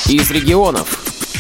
из регионов.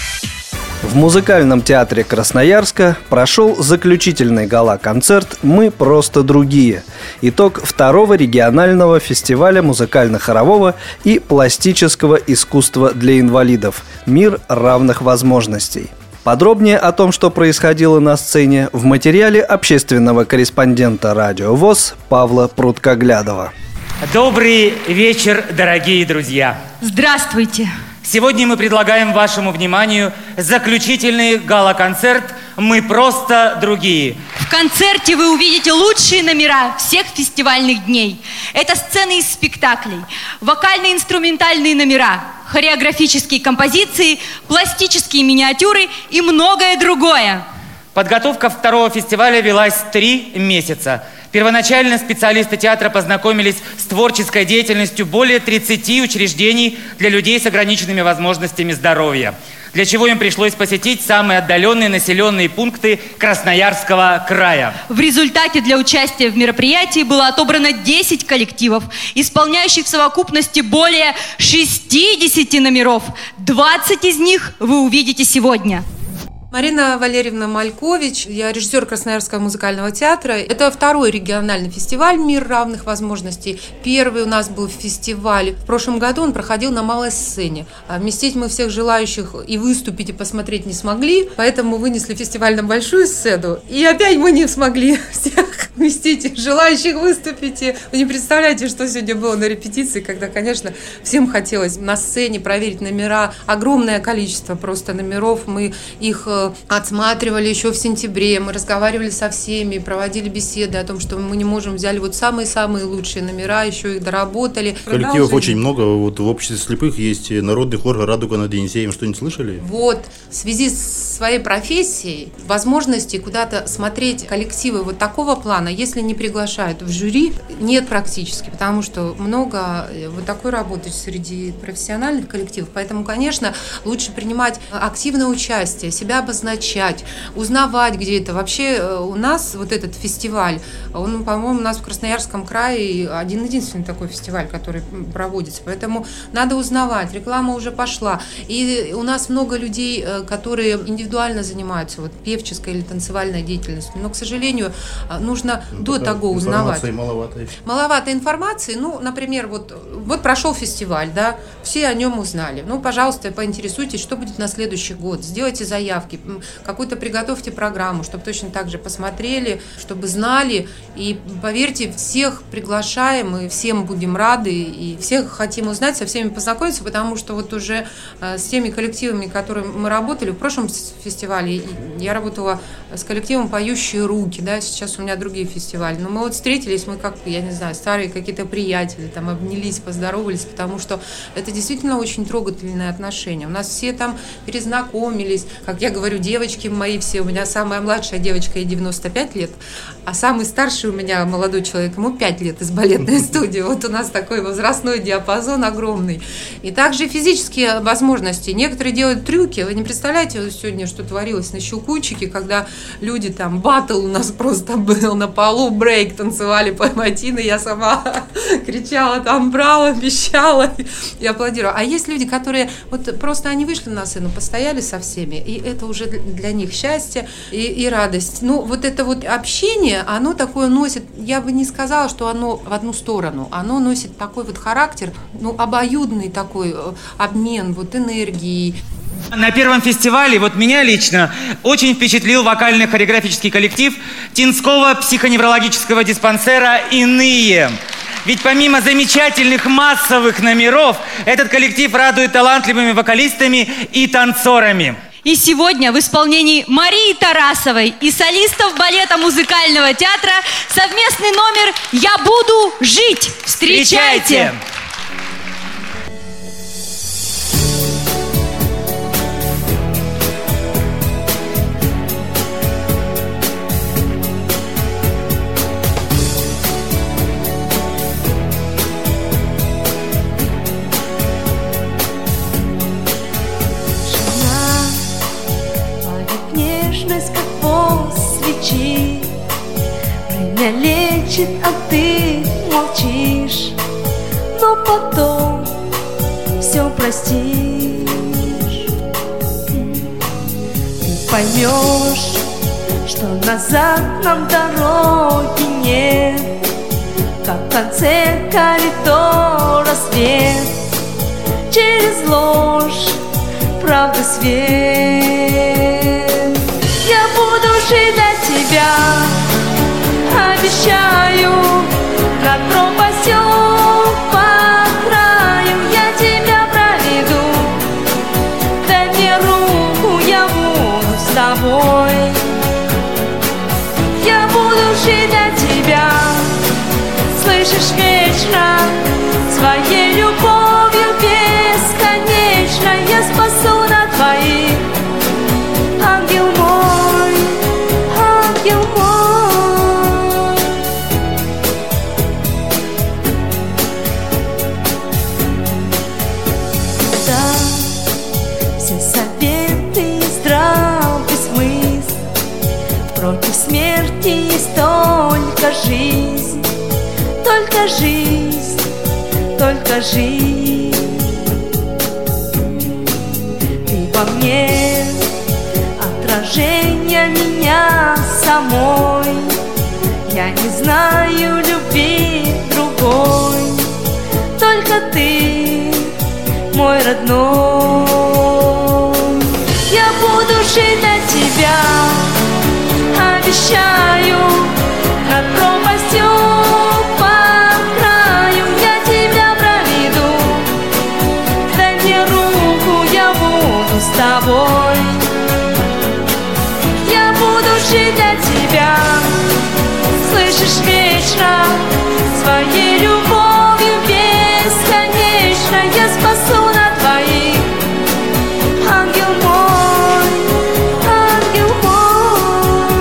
В музыкальном театре Красноярска прошел заключительный гала-концерт «Мы просто другие». Итог второго регионального фестиваля музыкально-хорового и пластического искусства для инвалидов «Мир равных возможностей». Подробнее о том, что происходило на сцене, в материале общественного корреспондента «Радио ВОС» Павла Пруткоглядова. Добрый вечер, дорогие друзья! Здравствуйте! Сегодня мы предлагаем вашему вниманию заключительный гала-концерт «Мы просто другие». В концерте вы увидите лучшие номера всех фестивальных дней. Это сцены из спектаклей, вокально-инструментальные номера, хореографические композиции, пластические миниатюры и многое другое. Подготовка второго фестиваля велась 3 месяца. Первоначально специалисты театра познакомились с творческой деятельностью более 30 учреждений для людей с ограниченными возможностями здоровья, для чего им пришлось посетить самые отдаленные населенные пункты Красноярского края. В результате для участия в мероприятии было отобрано 10 коллективов, исполняющих в совокупности более 60 номеров. 20 из них вы увидите сегодня. Марина Валерьевна Малькович, я режиссер Красноярского музыкального театра. Это второй региональный фестиваль «Мир равных возможностей». Первый у нас был фестиваль. В прошлом году он проходил на малой сцене. Вместить мы всех желающих и выступить, и посмотреть не смогли, поэтому вынесли фестиваль на большую сцену. И опять мы не смогли всех вместить, желающих выступить. Вы не представляете, что сегодня было на репетиции, когда, конечно, всем хотелось на сцене проверить номера. Огромное количество просто номеров. Мы их отсматривали еще в сентябре, мы разговаривали со всеми, проводили беседы о том, что мы не можем, взяли вот самые-самые лучшие номера, еще их доработали. Коллективов очень много, вот в обществе слепых есть народный хор «Радуга над Енисеем», что-нибудь слышали? Вот, в связи с своей профессией, возможности куда-то смотреть коллективы вот такого плана, если не приглашают в жюри, нет практически, потому что много вот такой работы среди профессиональных коллективов, поэтому, конечно, лучше принимать активное участие, себя обозначать, узнавать, где это. Вообще у нас вот этот фестиваль, он, по-моему, у нас в Красноярском крае один-единственный такой фестиваль, который проводится. Поэтому надо узнавать. Реклама уже пошла. И у нас много людей, которые индивидуально занимаются вот, певческой или танцевальной деятельностью. Но, к сожалению, нужно до того узнавать. Информации маловато. Маловато информации. Ну, например, вот прошел фестиваль, да, все о нем узнали. Ну, пожалуйста, поинтересуйтесь, что будет на следующий год. Сделайте заявки, какую-то приготовьте программу, чтобы точно так же посмотрели, чтобы знали. И поверьте, всех приглашаем, и всем будем рады, и всех хотим узнать, со всеми познакомиться, потому что вот уже с теми коллективами, которые мы работали, в прошлом фестивале я работала с коллективом «Поющие руки», да, сейчас у меня другие фестивали, но мы вот встретились, мы как, я не знаю, старые какие-то приятели, там обнялись, поздоровались, потому что это действительно очень трогательные отношения. У нас все там перезнакомились, как я говорю, девочки мои все, у меня самая младшая девочка, ей 95 лет, а самый старший у меня молодой человек, ему 5 лет из балетной студии. Вот у нас такой возрастной диапазон огромный. И также физические возможности. Некоторые делают трюки. Вы не представляете сегодня, что творилось на Щелкунчике, когда люди там, баттл у нас просто был на полу, брейк танцевали по мотину, я сама кричала там, браво, пищала и аплодировала. А есть люди, которые вот просто они вышли на сцену, постояли со всеми, и это уже для них счастье и радость. Ну, вот это вот общение, оно такое носит, я бы не сказала, что оно в одну сторону, оно носит такой вот характер, ну, обоюдный такой обмен вот энергией. На первом фестивале, вот меня лично, очень впечатлил вокально-хореографический коллектив Тинского психоневрологического диспансера «Иные». Ведь помимо замечательных массовых номеров, этот коллектив радует талантливыми вокалистами и танцорами. И сегодня в исполнении Марии Тарасовой и солистов балета музыкального театра совместный номер «Я буду жить». Встречайте! Время лечит, а ты молчишь, но потом все простишь. поймешь, что назад нам дороги нет, как в конце коридора свет, через ложь правда свет. Я буду жить для тебя, обещаю, над пропастью по краю я тебя проведу. Дай мне руку, я буду с тобой. Я буду жить для тебя, слышишь, вечно, своей любовью бесконечно я спасу на твоих. Ангел мой, ангел мой. Да, все советы и здравый смысл, против смерти есть только жизнь, только жизнь, только жизнь. Ты во мне отражение меня самой, я не знаю любви другой, только ты, мой родной. Я буду жить для тебя, обещаю, над пропастью по краю я тебя проведу. Дай мне руку, я буду с тобой. Я буду жить для тебя, слышишь, вечно, своей любовью бесконечно я спасу на твоих. Ангел мой, ангел мой.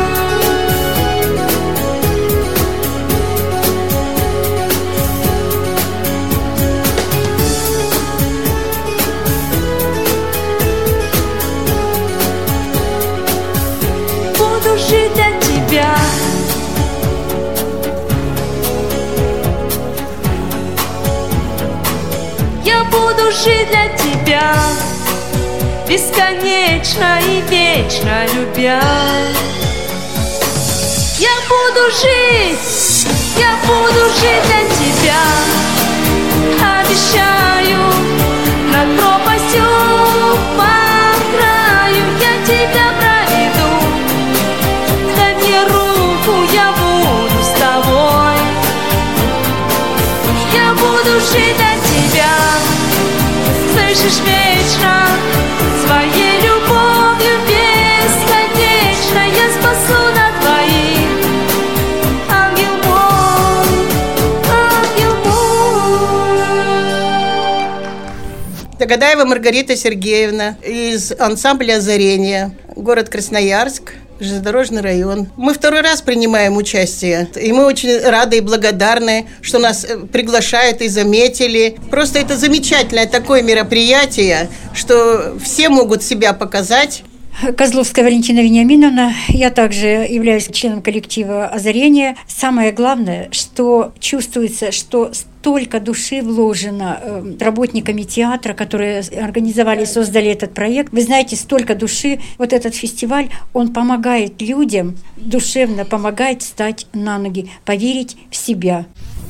Буду жить для тебя. Я буду жить для тебя, бесконечно и вечно любя. Я буду жить для тебя, обещаю, над пропастью по краю я тебя проведу. Дай мне руку, я буду с тобой. Я буду жить для тебя, слышишь, вечно, своей любовью бесконечно я спасу на твоих. Ангел мой, ангел мой. Догадаева Маргарита Сергеевна из ансамбля «Озарение», город Красноярск, железнодорожный район. Мы второй раз принимаем участие, и мы очень рады и благодарны, что нас приглашают и заметили. Просто это замечательное такое мероприятие, что все могут себя показать. Козловская Валентина Вениаминовна. Я также являюсь членом коллектива «Озарение». Самое главное, что чувствуется, что столько души вложено работниками театра, которые организовали и создали этот проект. Вы знаете, столько души. Вот этот фестиваль, он помогает людям, душевно помогает встать на ноги, поверить в себя.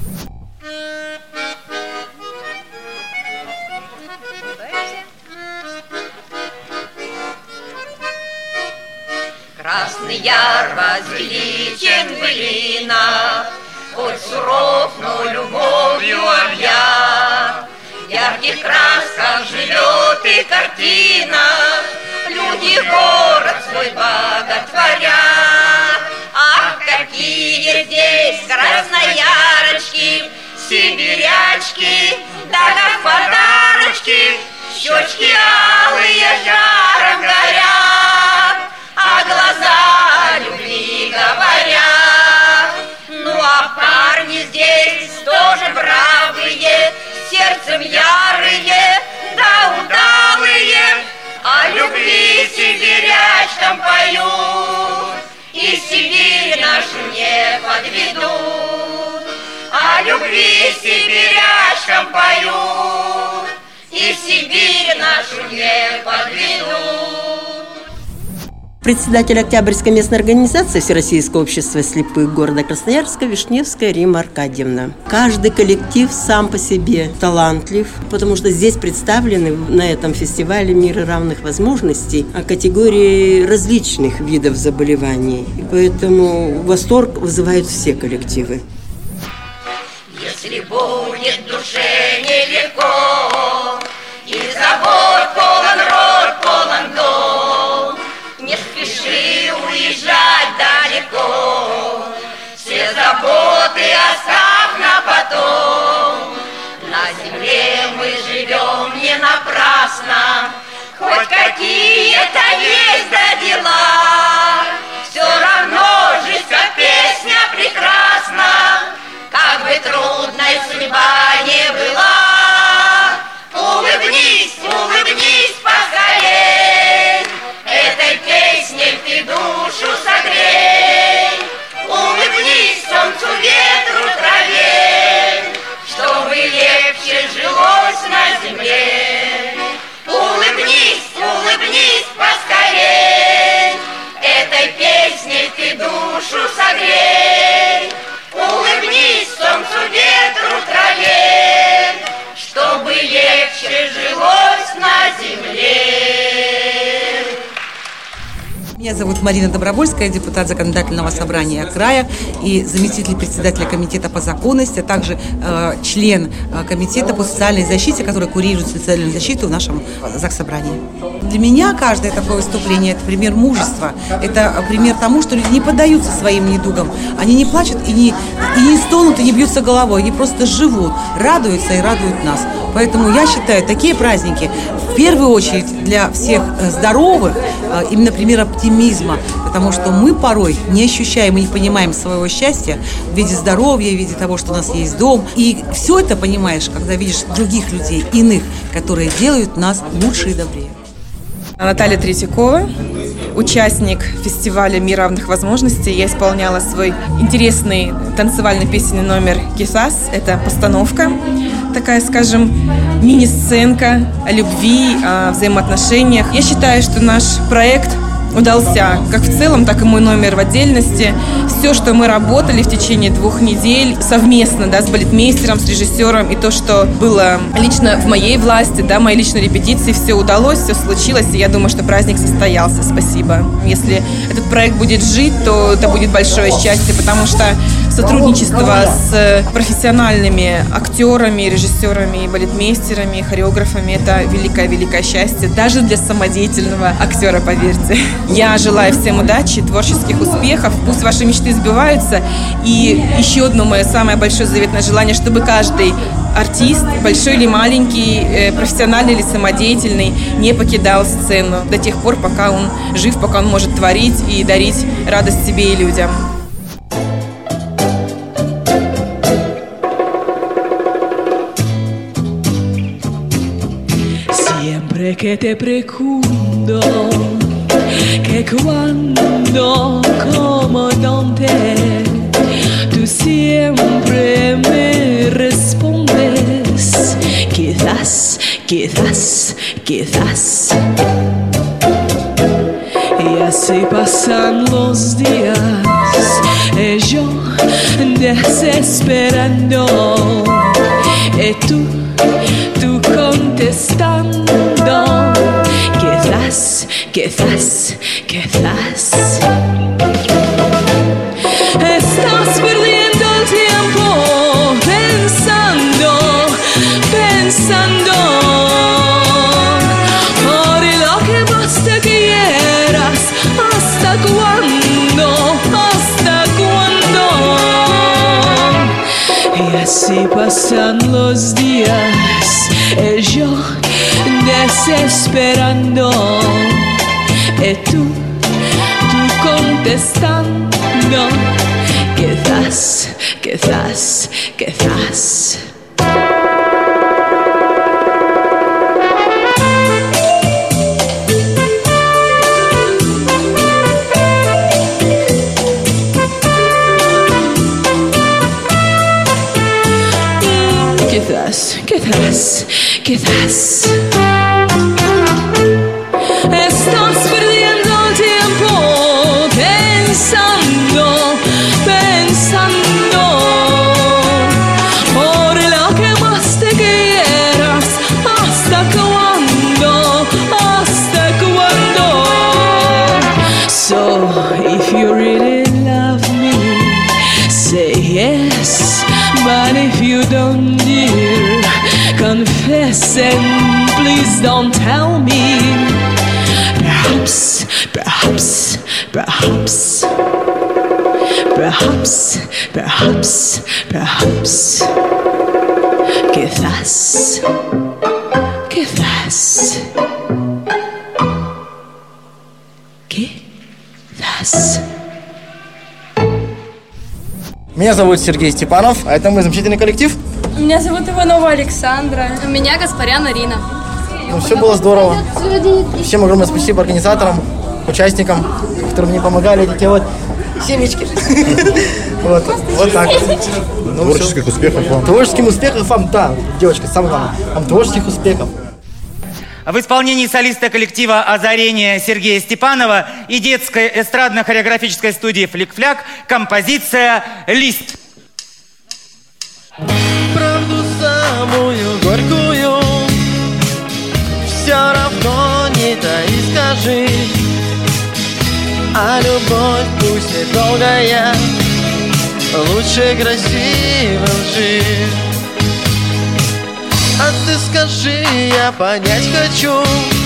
Красный Яр возвеличен былина, хоть суров, но любовью объят. В ярких красках живет и картина, люди город свой боготворят. Ах, какие здесь красноярочки, сибирячки, да как подарочки, щечки алые жаром горят, а глаза любви говорят. Ну а парни здесь тоже бравые, сердцем ярые, да удалые, о любви сибирячкам поют, и Сибирь нашу не подведут. О любви сибирячкам поют, и Сибирь нашу не подведут. Председатель Октябрьской местной организации Всероссийского общества слепых города Красноярска Вишневская Римма Аркадьевна. Каждый коллектив сам по себе талантлив, потому что здесь представлены на этом фестивале «Мир равных возможностей» категории различных видов заболеваний. И поэтому восторг вызывают все коллективы. Если будет душе нелегко, и забот полон рот, полон дом, не спеши уезжать далеко, все заботы оставь на потом. На земле мы живем не напрасно, хоть какие-то есть да дела, все равно жизнь как песня прекрасна, как бы трудной судьба не была. Улыбнись, улыбнись поскорей, этой песней ты душу согрей. Улыбнись солнцу, ветру, траве, чтобы легче жилось на земле. Улыбнись, улыбнись поскорей, этой песней ты душу согрей. Улыбнись солнцу, ветру, траве, чтобы легче жилось на земле. Меня зовут Марина Добровольская, депутат Законодательного собрания края и заместитель председателя комитета по законности, а также член комитета по социальной защите, который курирует социальную защиту в нашем Заксобрании. Для меня каждое такое выступление – это пример мужества, это пример тому, что люди не поддаются своим недугам, они не плачут и не стонут, и не бьются головой, они просто живут, радуются и радуют нас. Поэтому я считаю, такие праздники в первую очередь для всех здоровых, именно пример оптимизма, потому что мы порой не ощущаем и не понимаем своего счастья в виде здоровья, в виде того, что у нас есть дом. И все это понимаешь, когда видишь других людей, иных, которые делают нас лучше и добрее. Наталья Третьякова, участник фестиваля «Мир равных возможностей». Я исполняла свой интересный танцевальный песенный номер «Кисас». Это постановка, такая, скажем, мини-сценка о любви, о взаимоотношениях. Я считаю, что наш проект удался, как в целом, так и мой номер в отдельности. Все, что мы работали в течение 2 недель совместно, да, с балетмейстером, с режиссером, и то, что было лично в моей власти, да, моей личной репетиции, все удалось, все случилось, и я думаю, что праздник состоялся. Спасибо. Если этот проект будет жить, то это будет большое счастье, потому что сотрудничество с профессиональными актерами, режиссерами, балетмейстерами, хореографами – это великое-великое счастье, даже для самодеятельного актера, поверьте. Я желаю всем удачи, творческих успехов, пусть ваши мечты сбиваются. И еще одно мое самое большое заветное желание, чтобы каждый артист, большой или маленький, профессиональный или самодеятельный, не покидал сцену до тех пор, пока он жив, пока он может творить и дарить радость себе и людям. Siempre que te pregunto que cuando, como, dónde, tú siempre me respondes quizás, quizás, quizás. Y así pasan los días, y yo desesperando, y tú contestando, quizás, quizás, quizás. Estás perdiendo el tiempo pensando, pensando por lo que más te quieras. ¿Hasta cuándo? ¿Hasta cuándo? Y así pasan los días, y yo desesperando, y tú contestando, quizás, quizás, quizás. Quizás, quizás, quizás. Estás perdiendo el tiempo listen, please don't tell me. Perhaps, perhaps, perhaps, perhaps, perhaps, perhaps, quizás, quizás, quizás. Меня зовут Сергей Степанов, а это мой замечательный коллектив. Меня зовут Иванова Александра. Меня Гаспарян Арина. Ну, все было здорово. Всем огромное спасибо организаторам, участникам, которые мне помогали, эти вот семечки. Вот так. Творческих успехов вам. Творческих успехов вам, да, девочка, самое главное. Вам творческих успехов. В исполнении солиста коллектива «Озарение» Сергея Степанова и детской эстрадно-хореографической студии «Флик-фляк» композиция «Лист». Правду самую горькую все равно не таи скажи, а любовь пусть и долгая, лучше красивой лжи. А ты скажи, я понять хочу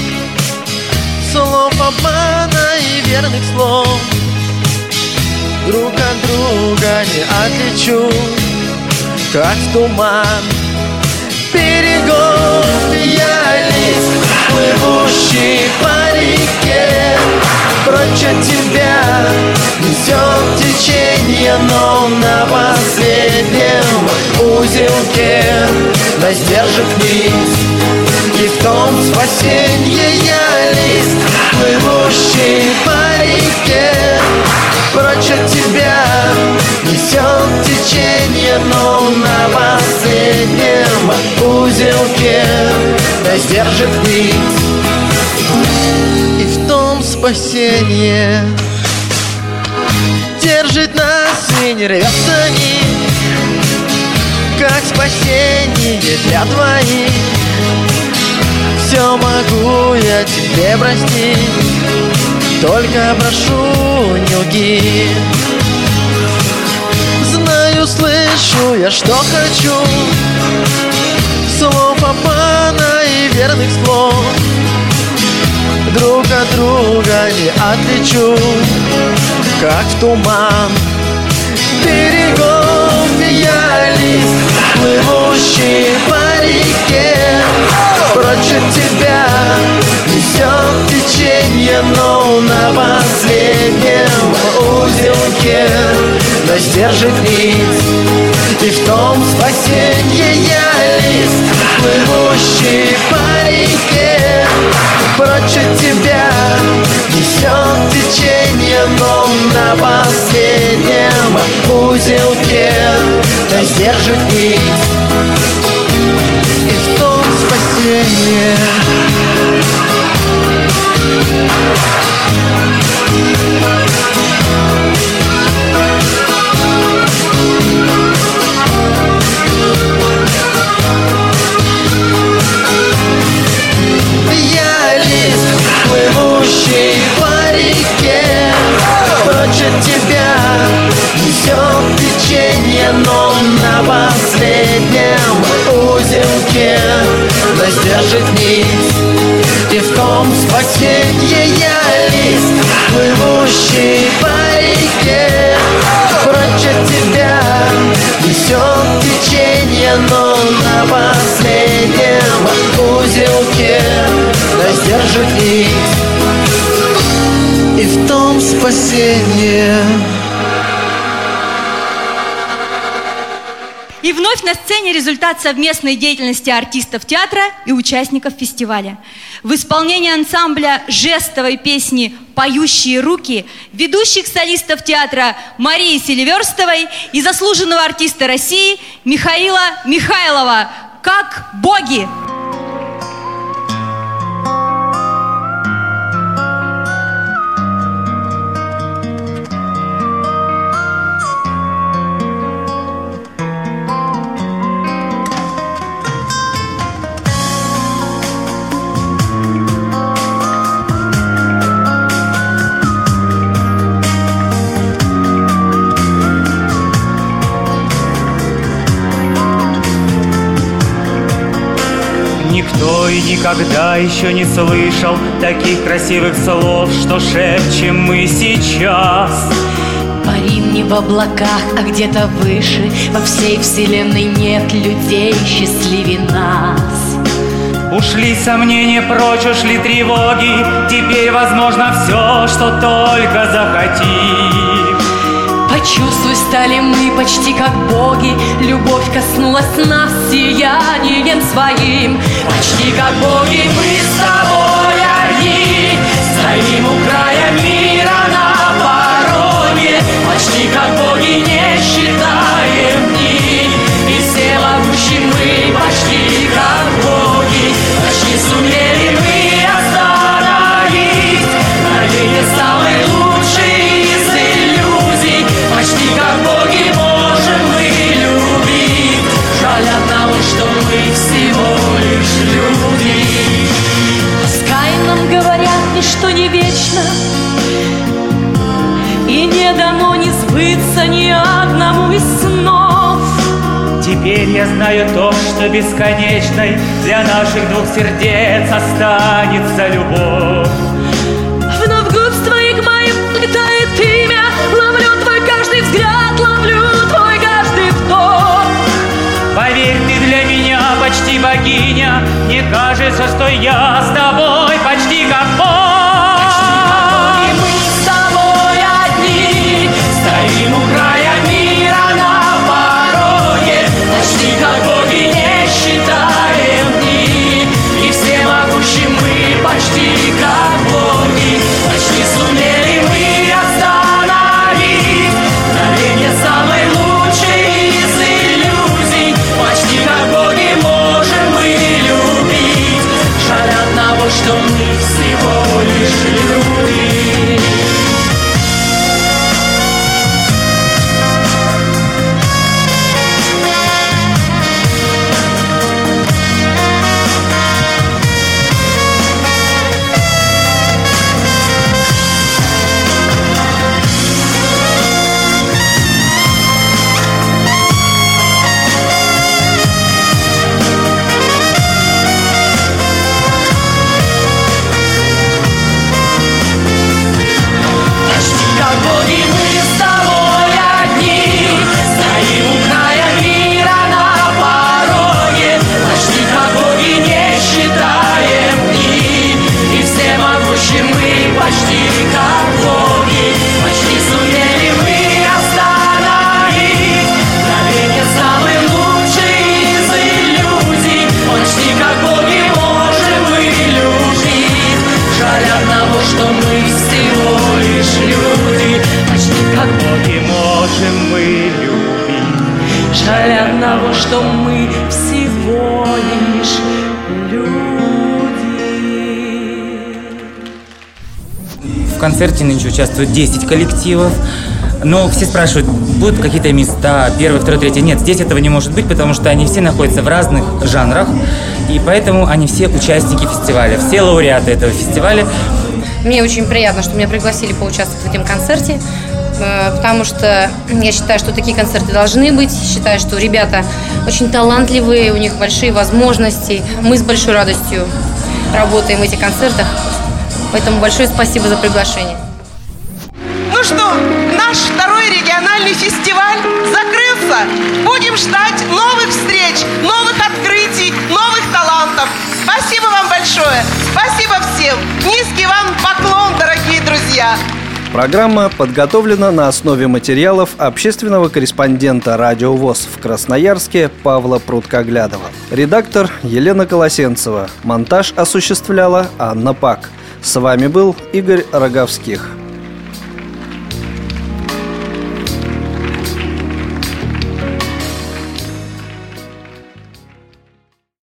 слов обмана и верных слов. Друг от друга не отличу, как в туман берегов. Я лист, плывущий по реке, прочь от тебя несет течение, но на последнем узелке нас держит низ. И в том спасенье. Я лист, плывущий по реке, прочь от тебя несет течение, но на последнем узелке нас держит низ. И в том спасенье. Держит нас и не рвется нить, как спасение для двоих. Все могу я тебе простить, только прошу, не лги. Знаю, слышу я, что хочу, слов обмана и верных слов. Друг от друга не отличу, как в туман берегов. Я лист, плывущий по реке, прочь от тебя несет течение, но на последнем узелке нас держит низ. И в том спасенье. Я лист, плывущий по реке, прочь от тебя несет течение, но на последнем узелке нас держит низ. И в том спасенье. Я лист, плывущий по реке, прочь от тебя несет течение, но на последнем узелке нас держит низ. И в том спасенье. Я лист, плывущий по реке, прочь от тебя несет течение, но на последнем узелке нас держит низ. И в том спасенье. И вновь на сцене результат совместной деятельности артистов театра и участников фестиваля. В исполнении ансамбля жестовой песни «Поющие руки» ведущих солистов театра Марии Селиверстовой и заслуженного артиста России Михаила Михайлова «Как боги». никогда еще не слышал таких красивых слов, что шепчем мы сейчас. Парим не в облаках, а где-то выше. Во всей вселенной нет людей счастливее нас. Ушли сомнения прочь, ушли тревоги. Теперь возможно все, что только захотим. Почувствуй, стали мы почти как боги. Любовь коснулась нас сиянием своим. Почти как боги мы с тобой одни. Стоим у края мира на пороге. Почти как боги не считаем дни. И все могущи мы почти как боги. Почти сумели мы остановить мгновение самой лучшей из иллюзий. Почти как боги можем мы любить. Жаль одного, что мы всего лишь люди. Пускай нам говорят, ничто не вечно, и не дано не сбыться ни одному из снов. Теперь я знаю то, что бесконечной для наших двух сердец останется любовь. Вновь губ твоих моих летает имя. Ловлю твой каждый взгляд, ловлю твой каждый вдох. Поверь, ты для меня почти богиня. Мне кажется, что я с тобой почти как Бог. Почти как боги мы с тобой одни. Стоим у края мира на пороге. Почти как боги не считаем дни. И все могущи мы почти как боги. Почти сумели мы остановить мгновение самой лучшей из иллюзий. Почти как боги можем мы любить. Жаль одного, что мы всего лишь люди. Жаль одного, что мы всего лишь люди. В концерте нынче участвует 10 коллективов. Но все спрашивают, будут какие-то места, 1, 2, 3. Нет, здесь этого не может быть, потому что они все находятся в разных жанрах. И поэтому они все участники фестиваля, все лауреаты этого фестиваля. Мне очень приятно, что меня пригласили поучаствовать в этом концерте, потому что я считаю, что такие концерты должны быть. Считаю, что ребята очень талантливые, у них большие возможности. Мы с большой радостью работаем в этих концертах, поэтому большое спасибо за приглашение. Ну что, наш второй региональный фестиваль закрылся. Будем ждать новых встреч, новых открытий, новых талантов. Спасибо вам большое. Спасибо всем. Низкий вам поклон, дорогие друзья. Программа подготовлена на основе материалов общественного корреспондента «Радио ВОС» в Красноярске Павла Пруткоглядова. Редактор Елена Колосенцева. Монтаж осуществляла Анна Пак. С вами был Игорь Роговских.